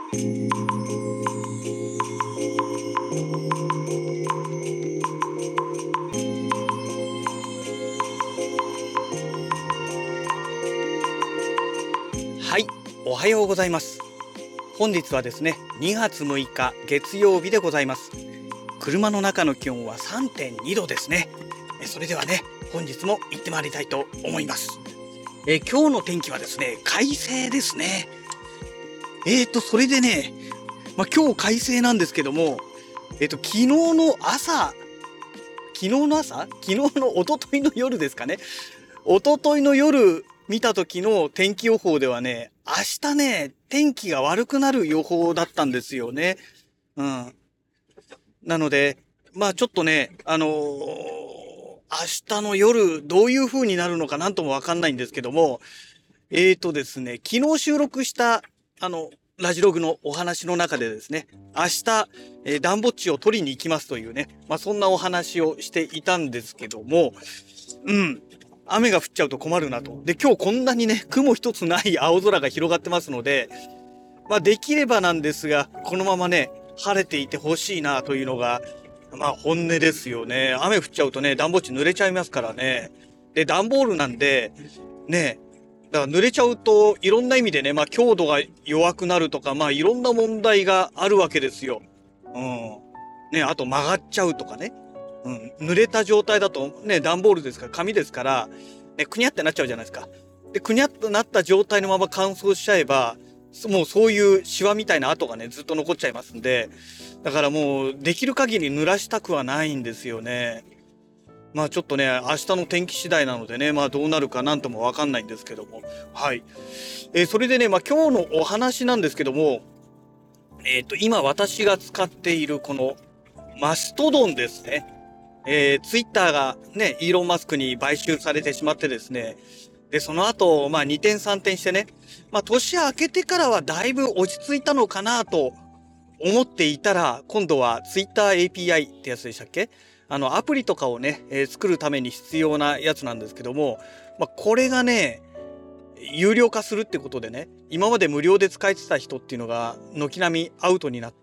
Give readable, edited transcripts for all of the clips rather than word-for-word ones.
はい、おはようございます。本日はですね、2月6日月曜日でございます。車の中の気温は 3.2 度ですね。それではね、本日も行ってまいりたいと思います。今日の天気はですね、快晴ですね。それでね、今日快晴なんですけども、昨日の朝、一昨日の夜ですかね。一昨日の夜見た時の天気予報ではね、明日ね、天気が悪くなる予報だったんですよね。うん。なので、ちょっとね、明日の夜どういう風になるのかなんともわかんないんですけども、ですね、昨日収録した、ラジログのお話の中でですね、明日、ダンボッチを取りに行きますというね、そんなお話をしていたんですけども、雨が降っちゃうと困るなと。で、今日こんなにね、雲一つない青空が広がってますので、できればなんですが、このままね、晴れていてほしいなというのが、本音ですよね。雨降っちゃうとね、暖房地濡れちゃいますからね。で、段ボールなんで、ね、だから濡れちゃうといろんな意味でね、強度が弱くなるとか、いろんな問題があるわけですよ。ね、あと曲がっちゃうとかね。濡れた状態だとね、段ボールですから紙ですから、ね、くにゃってなっちゃうじゃないですか。で、くにゃってなった状態のまま乾燥しちゃえば、もうそういうシワみたいな跡がね、ずっと残っちゃいますんで、だからもうできる限り濡らしたくはないんですよね。ちょっとね、明日の天気次第なのでね、どうなるかなんともわかんないんですけども。はい。それでね、今日のお話なんですけども、今私が使っているこのマストドンですね。ツイッターがね、イーロン・マスクに買収されてしまってですね、で、その後、2転3転してね、年明けてからはだいぶ落ち着いたのかなと思っていたら、今度はツイッター API ってやつでしたっけ？アプリとかをね、作るために必要なやつなんですけども、これがね、有料化するってことでね、今まで無料で使えてた人っていうのが、軒並みアウトになって、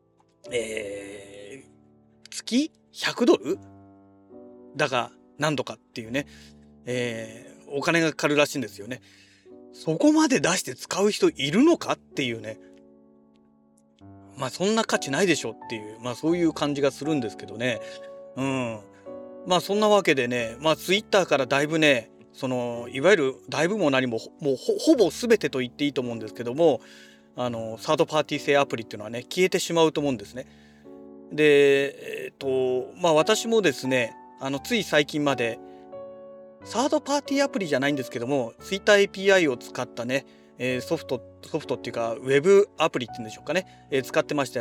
月100ドルだが何度かっていうね、お金がかかるらしいんですよね。そこまで出して使う人いるのかっていうね。そんな価値ないでしょっていう、そういう感じがするんですけどね。そんなわけでね、ツイッターからだいぶね、いわゆるだいぶも何も、もうほぼ全てと言っていいと思うんですけども、サードパーティー製アプリっていうのはね、消えてしまうと思うんですね。で、私もですね、つい最近まで、サードパーティーアプリじゃないんですけども、ツイッター API を使ったね、ソフトっていうか、ウェブアプリっていうんでしょうかね、使ってまして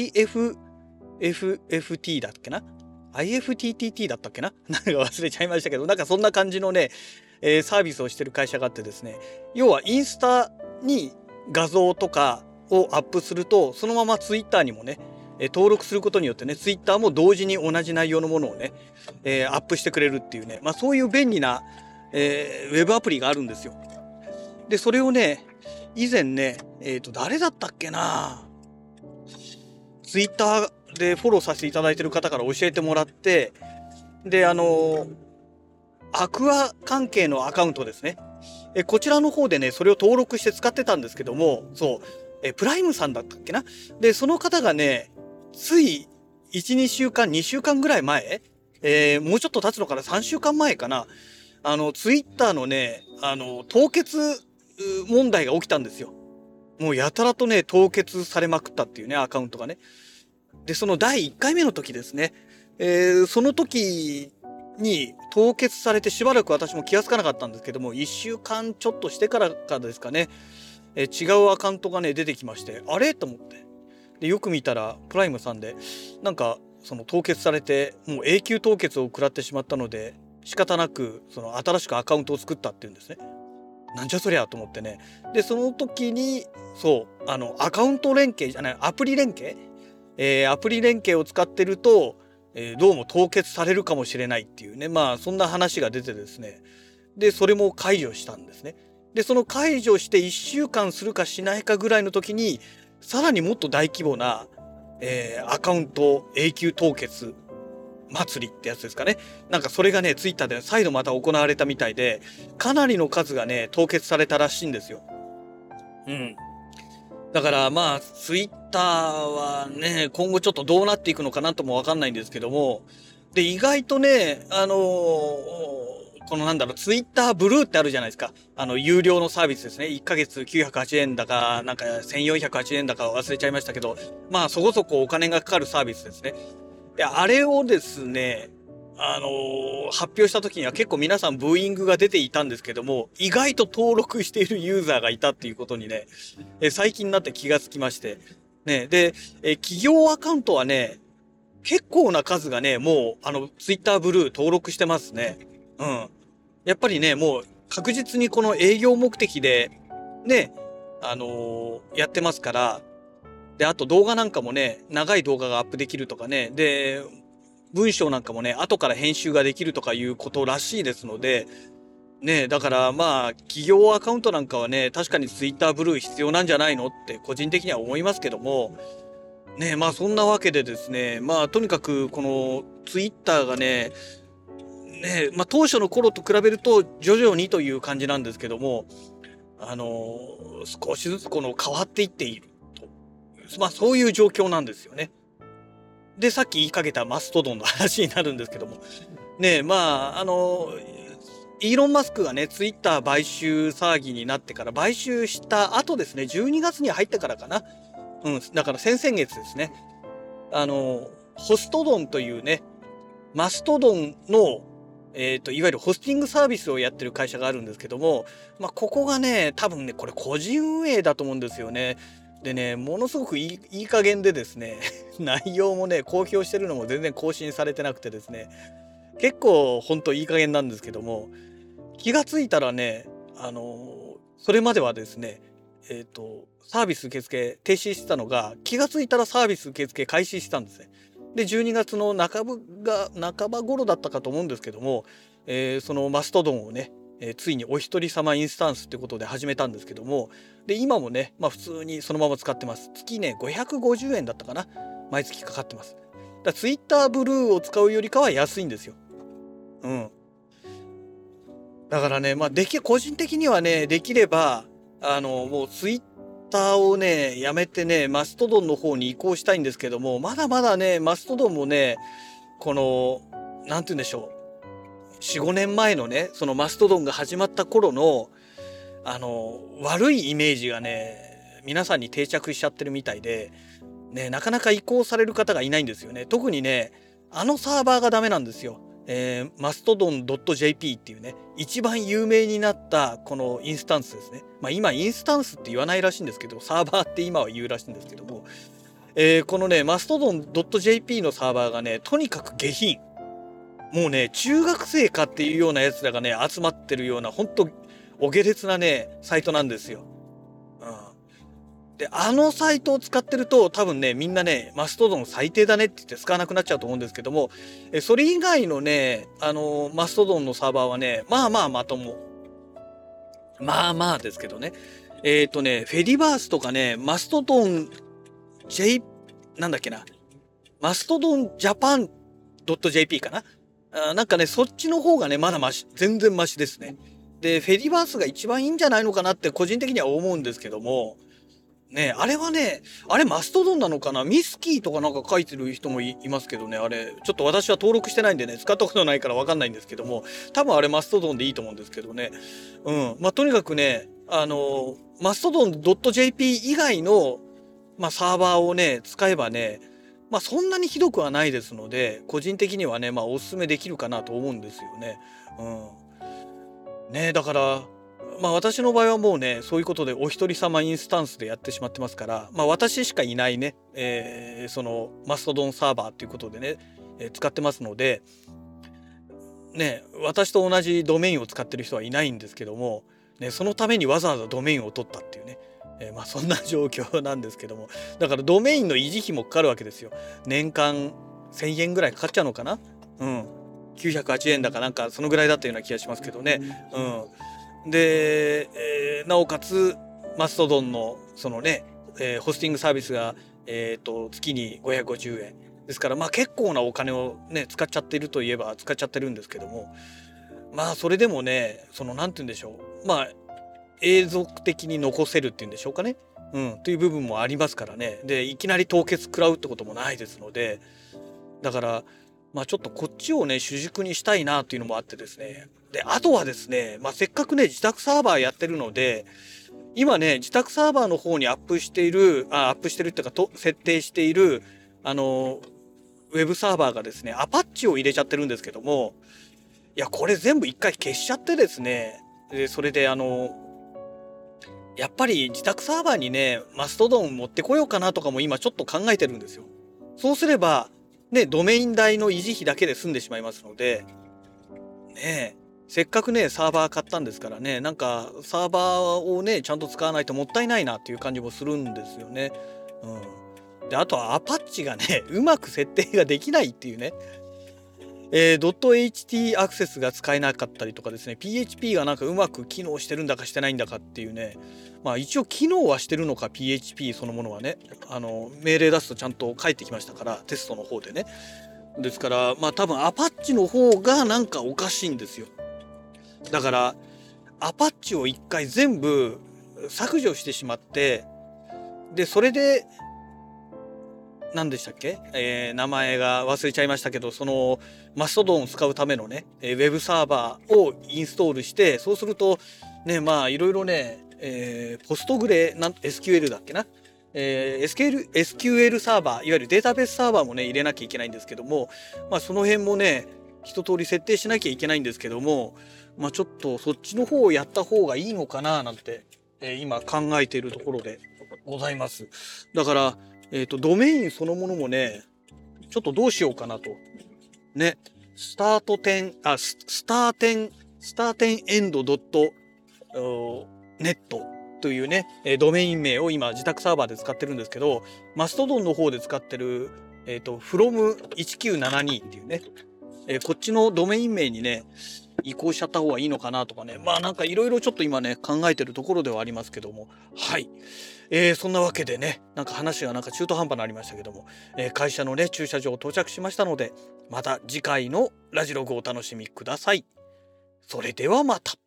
、IFFT だっけな ?IFTTT だったっけななんか忘れちゃいましたけど、なんかそんな感じのね、サービスをしてる会社があってですね、要はインスタに画像とかをアップすると、そのままツイッターにもね、登録することによってね、ツイッターも同時に同じ内容のものをね、アップしてくれるっていうね、そういう便利な、ウェブアプリがあるんですよ。で、それをね、以前ね、誰だったっけな、ツイッターでフォローさせていただいている方から教えてもらって、で、アクア関係のアカウントですね。こちらの方でね、それを登録して使ってたんですけども、そう、プライムさんだったっけな。で、その方がね、つい1、2週間、2週間ぐらい前、もうちょっと経つのかな、3週間前かな。ツイッターのね、凍結問題が起きたんですよ。もうやたらとね、凍結されまくったっていうね、アカウントがね。で、その第1回目の時ですね。その時に凍結されてしばらく私も気がつかなかったんですけども、1週間ちょっとしてからかですかね、違うアカウントがね、出てきまして、あれと思って。で、よく見たら、プライムさんで、なんか、その凍結されて、もう永久凍結を食らってしまったので、仕方なく、新しくアカウントを作ったっていうんですね。なんじゃそりゃと思ってね。で、その時に、そう、アカウント連携じゃない、アプリ連携、アプリ連携を使ってると、どうも凍結されるかもしれないっていうね、そんな話が出てですね。で、それも解除したんですね。で、その解除して1週間するかしないかぐらいの時に、 さらにもっと大規模な、アカウント永久凍結祭りってやつですかね。なんかそれがね、ツイッターで再度また行われたみたいで、かなりの数がね、凍結されたらしいんですよ。うん。だからまあ、ツイッターはね、今後ちょっとどうなっていくのかなともわかんないんですけども、で、意外とね、このなんだろう、ツイッターブルーってあるじゃないですか。有料のサービスですね。1ヶ月908円だか、なんか1408円だか忘れちゃいましたけど、まあそこそこお金がかかるサービスですね。で、あれをですね、発表した時には結構皆さんブーイングが出ていたんですけども、意外と登録しているユーザーがいたっていうことにね、最近になって気がつきまして。ね、で、企業アカウントはね、結構な数がね、もう、ツイッターブルー登録してますね。うん。やっぱりね、もう確実にこの営業目的で、ね、やってますから、で、あと動画なんかもね、長い動画がアップできるとかね、で、文章なんかもね、後から編集ができるとかいうことらしいですので、ね、だからまあ、企業アカウントなんかはね、確かにツイッターブルー必要なんじゃないのって個人的には思いますけども、ね、まあそんなわけでですね、まあとにかくこのツイッターがね、まあ当初の頃と比べると徐々にという感じなんですけども、少しずつこの変わっていっていると。まあそういう状況なんですよね。で、さっき言いかけたマストドンの話になるんですけども。まあ、イーロン・マスクがね、ツイッター買収騒ぎになってから、買収した後ですね、12月に入ってからかな。うん、だから先々月ですね。ホストドンというね、マストドンの、いわゆるホスティングサービスをやってる会社があるんですけども、まあ、ここがね、多分ね、これ個人運営だと思うんですよね。でね、ものすごくいい加減でですね、内容もね、公表してるのも全然更新されてなくてですね、結構ほんといい加減なんですけども、気がついたらね、それまではですね、サービス受付停止してたのが、気がついたらサービス受付開始してたんですね。で、12月の半ば頃だったかと思うんですけども、そのマストドンをね、ついにお一人様インスタンスってことで始めたんですけども、で、今もね、まあ普通にそのまま使ってます。月ね、550円だったかな。毎月かかってます。だツイッターブルーを使うよりかは安いんですよ。うん。だからね、まあ、個人的にはね、できれば、もうツイッターをね、やめてね、マストドンの方に移行したいんですけども、まだまだね、マストドンもね、この、なんて言うんでしょう。4、5年前のね、そのマストドンが始まった頃の、悪いイメージがね、皆さんに定着しちゃってるみたいで、ね、なかなか移行される方がいないんですよね。特にね、あのサーバーがダメなんですよ。マストドン .jp っていうね、一番有名になったこのインスタンスですね。まあ今インスタンスって言わないらしいんですけど、サーバーって今は言うらしいんですけども、このね、マストドン .jp のサーバーがね、とにかく下品。もうね、中学生かっていうようなやつらがね、集まってるような、ほんと、お下劣なね、サイトなんですよ。うん。で、あのサイトを使ってると、多分ね、みんなね、マストドン最低だねって言って使わなくなっちゃうと思うんですけども、それ以外のね、マストドンのサーバーはね、まあまあまとも。まあまあですけどね。フェディバースとかね、マストドン J、なんだっけな、マストドンジャパン .jp かな。なんかね、そっちの方がね、まだマシ、全然マシですね。で、フェディバースが一番いいんじゃないのかなって個人的には思うんですけども、ね、あれはね、あれマストドンなのかな、ミスキーとかなんか書いてる人もいますけどね、あれ、ちょっと私は登録してないんでね、使ったことないからわかんないんですけども、多分あれマストドンでいいと思うんですけどね。うん。まあ、とにかくね、マストドン .jp 以外の、まあ、サーバーをね、使えばね、まあ、そんなにひどくはないですので、個人的にはね、まあ、おすすめできるかなと思うんですよね。うん。ね、だから、まあ私の場合はもうね、そういうことでお一人様インスタンスでやってしまってますから、まあ私しかいないね、そのマストドンサーバーということでね、使ってますので、ね、私と同じドメインを使ってる人はいないんですけども、ね、そのためにわざわざドメインを取ったっていうね、まあそんな状況なんですけども、だからドメインの維持費もかかるわけですよ。年間1000円ぐらいかかっちゃうのかな。うん。908円だかなんかそのぐらいだったような気がしますけどね。うん。で、なおかつマストドンのそのね、 ホスティングサービスが、月に550円。ですから、まあ結構なお金をね、使っちゃってるといえば使っちゃってるんですけども、まあそれでもね、なんて言うんでしょう。まあ、永続的に残せるっていうんでしょうかね。という部分もありますからね。で、いきなり凍結食らうってこともないですので、だから、まあちょっとこっちをね、主軸にしたいなっていうのもあってですね。で、あとはですね、まあせっかくね、自宅サーバーやってるので、今ね、自宅サーバーの方にアップしてるっていうか、設定している、ウェブサーバーがですね、アパッチを入れちゃってるんですけども、いや、これ全部一回消しちゃってですね、で、それでやっぱり自宅サーバーにね、マストドン持ってこようかなとかも今ちょっと考えてるんですよ。そうすれば、ね、ドメイン代の維持費だけで済んでしまいますので、ねえ、せっかくね、サーバー買ったんですからね、なんかサーバーをね、ちゃんと使わないともったいないなっていう感じもするんですよね。で、あとはアパッチがね、うまく設定ができないっていうね。.ht アクセスが使えなかったりとかですね、PHP がなんかうまく機能してるんだかしてないんだかっていうね、まあ一応機能はしてるのか PHP そのものはね、命令出すとちゃんと返ってきましたから、テストの方でね。ですから、まあ多分アパッチの方がなんかおかしいんですよ。だから、アパッチを一回全部削除してしまって、で、それで、何でしたっけ、名前が忘れちゃいましたけど、マストドンを使うためのね、ウェブサーバーをインストールして、そうすると、ね、まあ、いろいろね、ポストグレ、SQL だっけな、SQL サーバー、いわゆるデータベースサーバーもね、入れなきゃいけないんですけども、まあ、その辺もね、一通り設定しなきゃいけないんですけども、まあ、ちょっとそっちの方をやった方がいいのかな、なんて、今考えているところでございます。だから、ドメインそのものもね、ちょっとどうしようかなと。ね、スターテンエンドドットネットというね、ドメイン名を今自宅サーバーで使ってるんですけど、マストドンの方で使ってる、from1972 っていうね、こっちのドメイン名にね、移行しちゃった方がいいのかなとかね。まあなんかいろいろちょっと今ね、考えてるところではありますけども。はい。そんなわけでね、なんか話がなんか中途半端になりましたけども、会社のね、駐車場到着しましたので、また次回のラジログをお楽しみください。それではまた。